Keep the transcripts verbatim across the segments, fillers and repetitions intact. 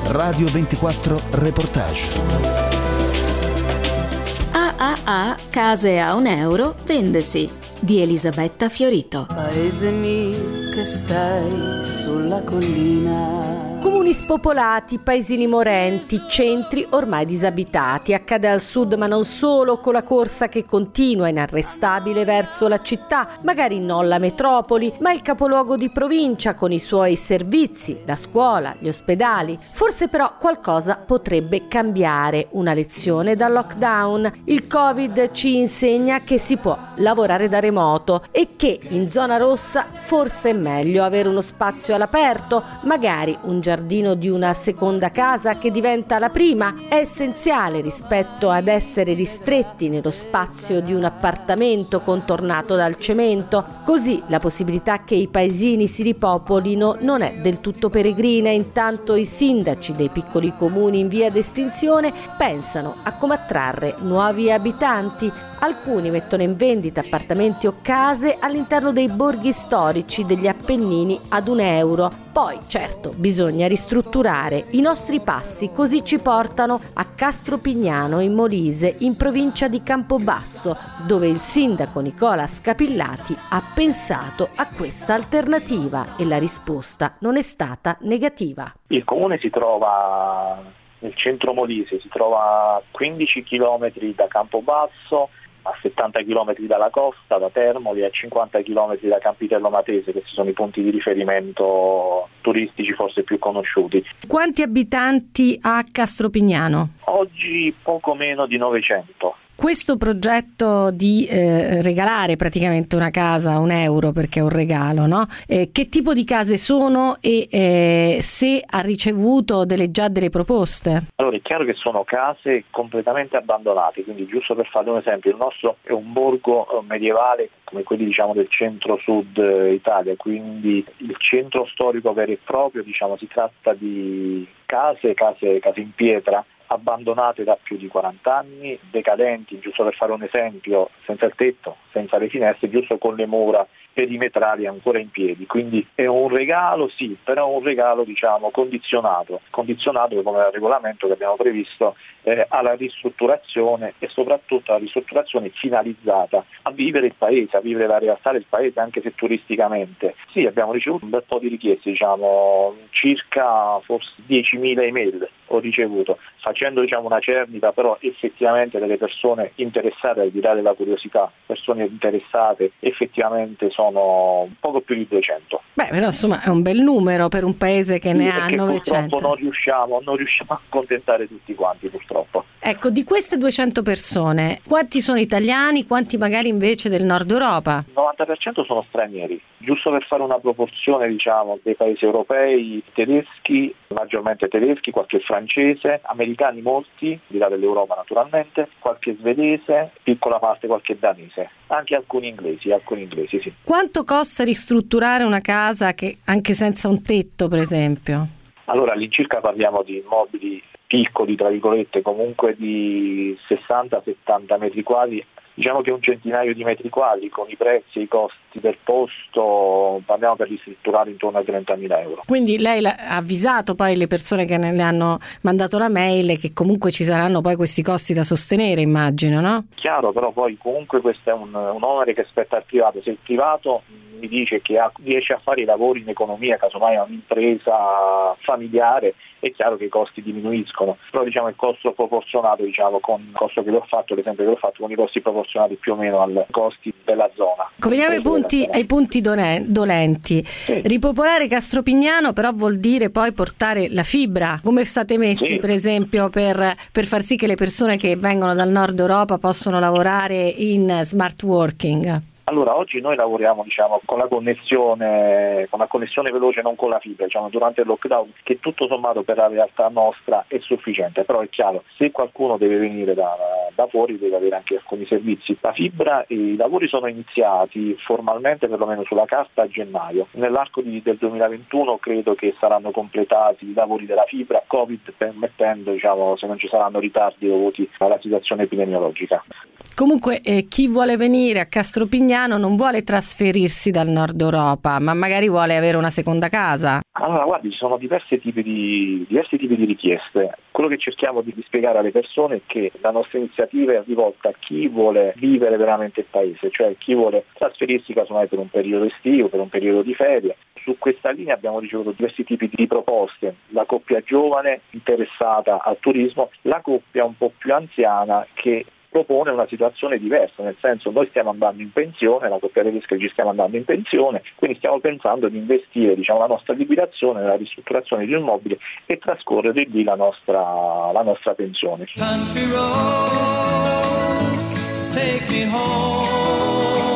Radio ventiquattro Reportage. A A A Case a un euro vendesi di Elisabetta Fiorito. Paese mio che stai sulla collina. Comuni spopolati, paesini morenti, centri ormai disabitati. Accade al sud, ma non solo, con la corsa che continua inarrestabile verso la città, magari non la metropoli, ma il capoluogo di provincia con i suoi servizi, la scuola, gli ospedali. Forse però qualcosa potrebbe cambiare. Una lezione dal lockdown. Il Covid ci insegna che si può lavorare da remoto e che in zona rossa forse è meglio avere uno spazio all'aperto, magari un giardino di una seconda casa che diventa la prima. È essenziale rispetto ad essere ristretti nello spazio di un appartamento contornato dal cemento. Così la possibilità che i paesini si ripopolino non è del tutto peregrina. Intanto i sindaci dei piccoli comuni in via d'estinzione pensano a come attrarre nuovi abitanti. Alcuni mettono in vendita appartamenti o case all'interno dei borghi storici degli Appennini ad un euro. Poi, certo, bisogna ristrutturare. I nostri passi così ci portano a Castropignano, in Molise, in provincia di Campobasso, dove il sindaco Nicola Scapillati ha pensato a questa alternativa e la risposta non è stata negativa. Il comune si trova nel centro Molise, si trova a quindici chilometri da Campobasso, a settanta chilometri dalla costa, da Termoli, a cinquanta chilometri da Campitello Matese, che sono i punti di riferimento turistici forse più conosciuti. Quanti abitanti ha Castropignano? Oggi poco meno di novecento. Questo progetto di eh, regalare praticamente una casa a un euro, perché è un regalo, no? Eh, che tipo di case sono e eh, se ha ricevuto delle, già delle proposte? Allora, è chiaro che sono case completamente abbandonate, quindi giusto per fare un esempio, il nostro è un borgo medievale come quelli diciamo del centro-sud Italia, quindi il centro storico vero e proprio, diciamo, si tratta di case, case, case in pietra, abbandonate da più di quaranta anni, decadenti, giusto per fare un esempio, senza il tetto, senza le finestre, giusto con le mura perimetrali ancora in piedi. Quindi è un regalo, sì, però un regalo diciamo condizionato, condizionato come al regolamento che abbiamo previsto eh, alla ristrutturazione e soprattutto alla ristrutturazione finalizzata a vivere il paese, a vivere la realtà del paese anche se turisticamente. Sì, abbiamo ricevuto un bel po' di richieste, diciamo circa forse diecimila email ho ricevuto, facendo diciamo una cernita però effettivamente delle persone interessate, al di là della curiosità, persone interessate effettivamente sono poco più di duecento. Beh, però insomma è un bel numero per un paese che sì, ne ha novecento. Purtroppo non riusciamo, non riusciamo a accontentare tutti quanti, purtroppo. Ecco, di queste duecento persone, quanti sono italiani, quanti magari invece del nord Europa? Il novanta per cento sono stranieri, giusto per fare una proporzione diciamo dei paesi europei, tedeschi, maggiormente tedeschi, qualche francese, americani molti, di là dell'Europa naturalmente, qualche svedese, piccola parte qualche danese, anche alcuni inglesi, alcuni inglesi sì. Quanto costa ristrutturare una casa che anche senza un tetto, per esempio? Allora all'incirca parliamo di immobili piccoli, tra virgolette, comunque di sessanta settanta metri quadri. Diciamo che un centinaio di metri quadri con i prezzi e i costi del posto parliamo per ristrutturare intorno a trentamila euro. Quindi lei ha avvisato poi le persone che ne hanno mandato la mail che comunque ci saranno poi questi costi da sostenere, immagino, no? Chiaro, però poi comunque questo è un, un onere che spetta al privato. Se il privato mi dice che ha, riesce a fare i lavori in economia, casomai è un'impresa familiare, è chiaro che i costi diminuiscono, però diciamo il costo proporzionato diciamo con il costo che l'ho fatto, l'esempio che l'ho fatto con i costi proporzionati più o meno ai costi della zona. Veniamo ai punti, ai punti dolenti. Sì. Ripopolare Castropignano però vuol dire poi portare la fibra. Come state messi sì. per esempio per, per far sì che le persone che vengono dal nord Europa possano lavorare in smart working? Allora, oggi noi lavoriamo diciamo con la connessione, con la connessione veloce, non con la fibra, diciamo durante il lockdown, che tutto sommato per la realtà nostra è sufficiente, però è chiaro, se qualcuno deve venire da, da fuori deve avere anche alcuni servizi. La fibra, i lavori sono iniziati formalmente perlomeno sulla carta a gennaio, nell'arco di, del duemilaventuno credo che saranno completati i lavori della fibra, Covid permettendo, diciamo, se non ci saranno ritardi dovuti alla situazione epidemiologica. Comunque eh, chi vuole venire a Castropignano italiano non vuole trasferirsi dal nord Europa, ma magari vuole avere una seconda casa? Allora, guardi, ci sono diversi tipi di diversi tipi di richieste. Quello che cerchiamo di, di spiegare alle persone è che la nostra iniziativa è rivolta a chi vuole vivere veramente il paese, cioè chi vuole trasferirsi casomai per un periodo estivo, per un periodo di ferie. Su questa linea abbiamo ricevuto diversi tipi di proposte: la coppia giovane interessata al turismo, la coppia un po' più anziana che propone una situazione diversa, nel senso noi stiamo andando in pensione, la coppia tedesca ci stiamo andando in pensione, quindi stiamo pensando di investire diciamo, la nostra liquidazione nella ristrutturazione di un immobile e trascorrere lì la nostra, la nostra pensione. Country roads, take me home.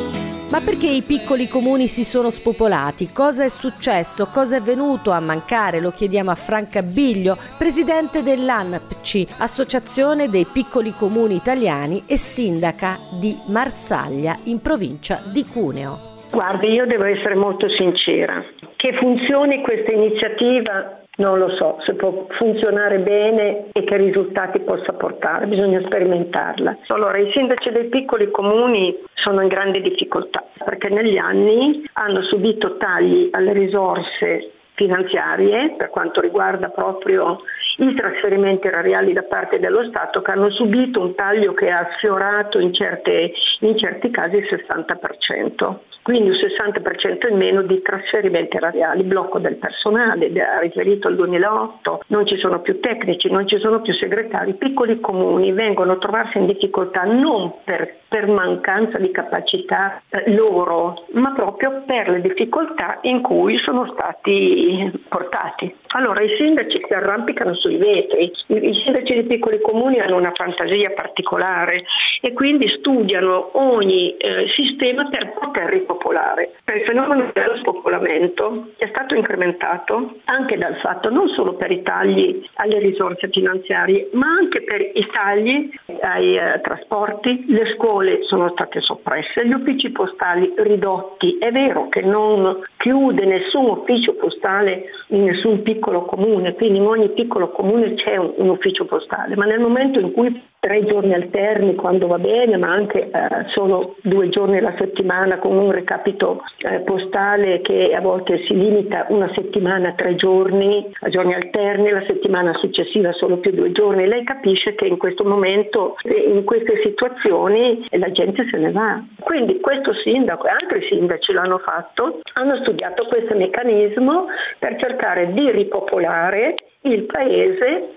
Ma perché i piccoli comuni si sono spopolati? Cosa è successo? Cosa è venuto a mancare? Lo chiediamo a Franca Biglio, presidente dell'A N P C, Associazione dei Piccoli Comuni Italiani e sindaca di Marsaglia, in provincia di Cuneo. Guardi, io devo essere molto sincera. Che funzioni questa iniziativa non lo so, se può funzionare bene e che risultati possa portare, bisogna sperimentarla. Allora, i sindaci dei piccoli comuni sono in grande difficoltà perché negli anni hanno subito tagli alle risorse finanziarie per quanto riguarda proprio i trasferimenti erariali da parte dello Stato, che hanno subito un taglio che ha sfiorato in, certe, in certi casi il sessanta per cento. Quindi un sessanta per cento in meno di trasferimenti erariali, blocco del personale, ha riferito al duemilaotto, non ci sono più tecnici, non ci sono più segretari. I piccoli comuni vengono a trovarsi in difficoltà non per, per mancanza di capacità eh, loro, ma proprio per le difficoltà in cui sono stati portati. Allora i sindaci si arrampicano sui vetri, I, i sindaci dei piccoli comuni hanno una fantasia particolare e quindi studiano ogni eh, sistema per poter ripopolare. Il fenomeno dello spopolamento è stato incrementato anche dal fatto non solo per i tagli alle risorse finanziarie, ma anche per i tagli ai eh, trasporti. Le scuole sono state soppresse, gli uffici postali ridotti. È vero che non chiude nessun ufficio postale in nessun piccolo comune, quindi in ogni piccolo comune c'è un, un ufficio postale, ma nel momento in cui tre giorni alterni quando va bene, ma anche eh, solo due giorni alla settimana con un recapito eh, postale che a volte si limita una settimana a tre giorni, a giorni alterni, la settimana successiva solo più due giorni. Lei capisce che in questo momento, in queste situazioni, la gente se ne va. Quindi questo sindaco e altri sindaci l'hanno fatto, hanno studiato questo meccanismo per cercare di ripopolare il paese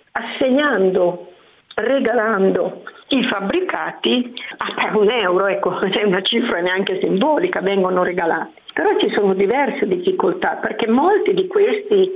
assegnando, regalando i fabbricati a per un euro, ecco, è una cifra neanche simbolica, vengono regalati. Però ci sono diverse difficoltà perché molti di questi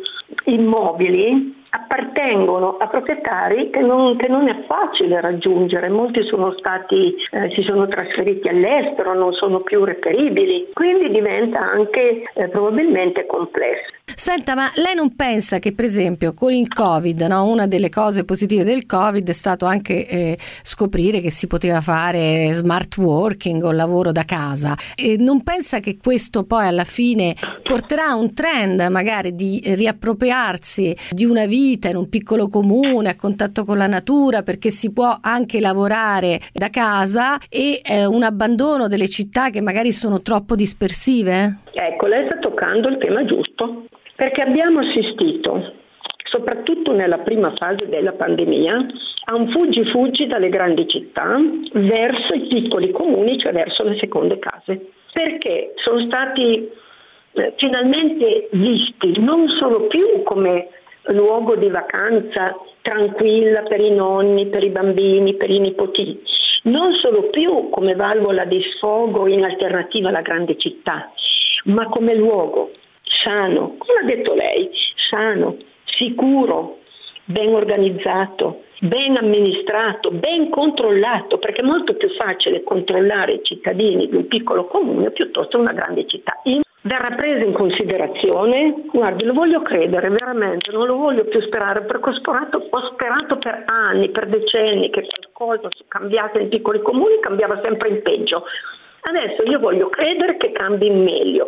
immobili appartengono a proprietari che non, che non è facile raggiungere, molti sono stati, eh, si sono trasferiti all'estero, non sono più reperibili, quindi diventa anche eh, probabilmente complesso. Senta, ma lei non pensa che per esempio con il Covid, no, una delle cose positive del Covid è stato anche eh, scoprire che si poteva fare smart working o lavoro da casa, e non pensa che questo poi alla fine porterà a un trend magari di riappropriarsi di una vita in un piccolo comune a contatto con la natura, perché si può anche lavorare da casa, e eh, un abbandono delle città che magari sono troppo dispersive? Ecco, lei sta toccando il tema giusto, perché abbiamo assistito, soprattutto nella prima fase della pandemia, a un fuggi-fuggi dalle grandi città verso i piccoli comuni, cioè verso le seconde case, perché sono stati eh, finalmente visti non solo più come luogo di vacanza tranquilla per i nonni, per i bambini, per i nipotini, non solo più come valvola di sfogo in alternativa alla grande città, ma come luogo sano, come ha detto lei, sano, sicuro, ben organizzato, ben amministrato, ben controllato, perché è molto più facile controllare i cittadini di un piccolo comune piuttosto una grande città. Verrà preso in considerazione, guardi, lo voglio credere veramente, non lo voglio più sperare, perché ho sperato, ho sperato per anni, per decenni che qualcosa cambiasse nei piccoli comuni, cambiava sempre in peggio. Adesso io voglio credere che cambi in meglio.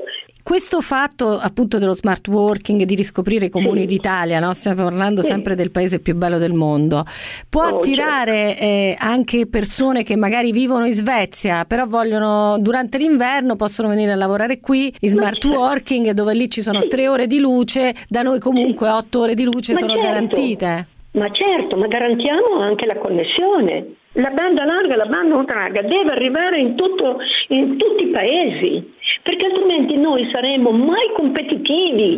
Questo fatto appunto dello smart working, di riscoprire i comuni sì. d'Italia, no? Stiamo parlando sì. sempre del paese più bello del mondo, può oh, attirare certo. eh, anche persone che magari vivono in Svezia, però vogliono durante l'inverno possono venire a lavorare qui in smart certo. working, dove lì ci sono sì. tre ore di luce, da noi comunque otto ore di luce ma sono certo. garantite. Ma certo, ma garantiamo anche la connessione. La banda larga, la banda ultra larga deve arrivare in, tutto, in tutti i paesi, perché altrimenti noi saremo mai competitivi.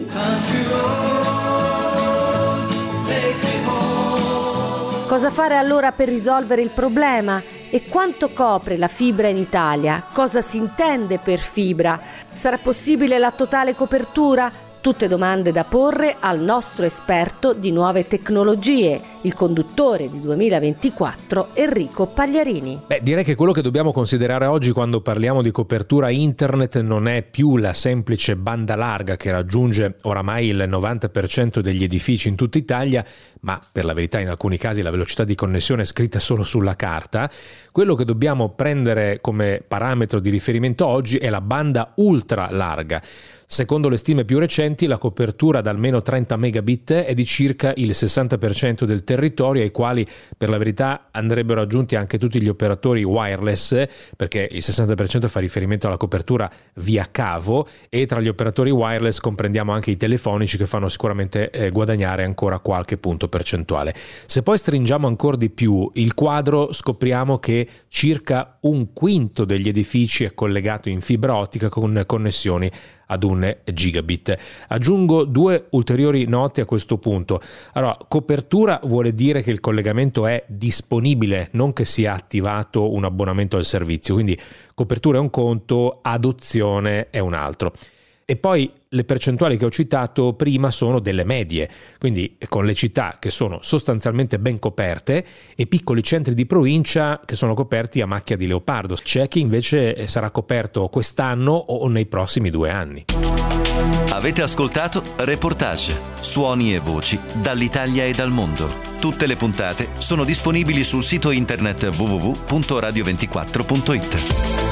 Cosa fare allora per risolvere il problema? E quanto copre la fibra in Italia? Cosa si intende per fibra? Sarà possibile la totale copertura? Tutte domande da porre al nostro esperto di nuove tecnologie, il conduttore di duemilaventiquattro Enrico Pagliarini. Beh, direi che quello che dobbiamo considerare oggi quando parliamo di copertura internet non è più la semplice banda larga che raggiunge oramai il novanta per cento degli edifici in tutta Italia, ma per la verità in alcuni casi la velocità di connessione è scritta solo sulla carta. Quello che dobbiamo prendere come parametro di riferimento oggi è la banda ultra larga. Secondo le stime più recenti, la copertura da almeno trenta megabit è di circa il sessanta per cento del territorio, ai quali per la verità andrebbero aggiunti anche tutti gli operatori wireless, perché il sessanta per cento fa riferimento alla copertura via cavo, e tra gli operatori wireless comprendiamo anche i telefonici, che fanno sicuramente eh, guadagnare ancora qualche punto percentuale. Se poi stringiamo ancora di più il quadro, scopriamo che circa un quinto degli edifici è collegato in fibra ottica con connessioni ad un gigabit. Aggiungo due ulteriori note a questo punto. Allora, copertura vuole dire che il collegamento è disponibile, non che sia attivato un abbonamento al servizio, quindi copertura è un conto, adozione è un altro. E poi le percentuali che ho citato prima sono delle medie, quindi con le città che sono sostanzialmente ben coperte e piccoli centri di provincia che sono coperti a macchia di leopardo. C'è chi invece sarà coperto quest'anno o nei prossimi due anni. Avete ascoltato Reportage, suoni e voci dall'Italia e dal mondo. Tutte le puntate sono disponibili sul sito internet w w w punto radio ventiquattro punto it.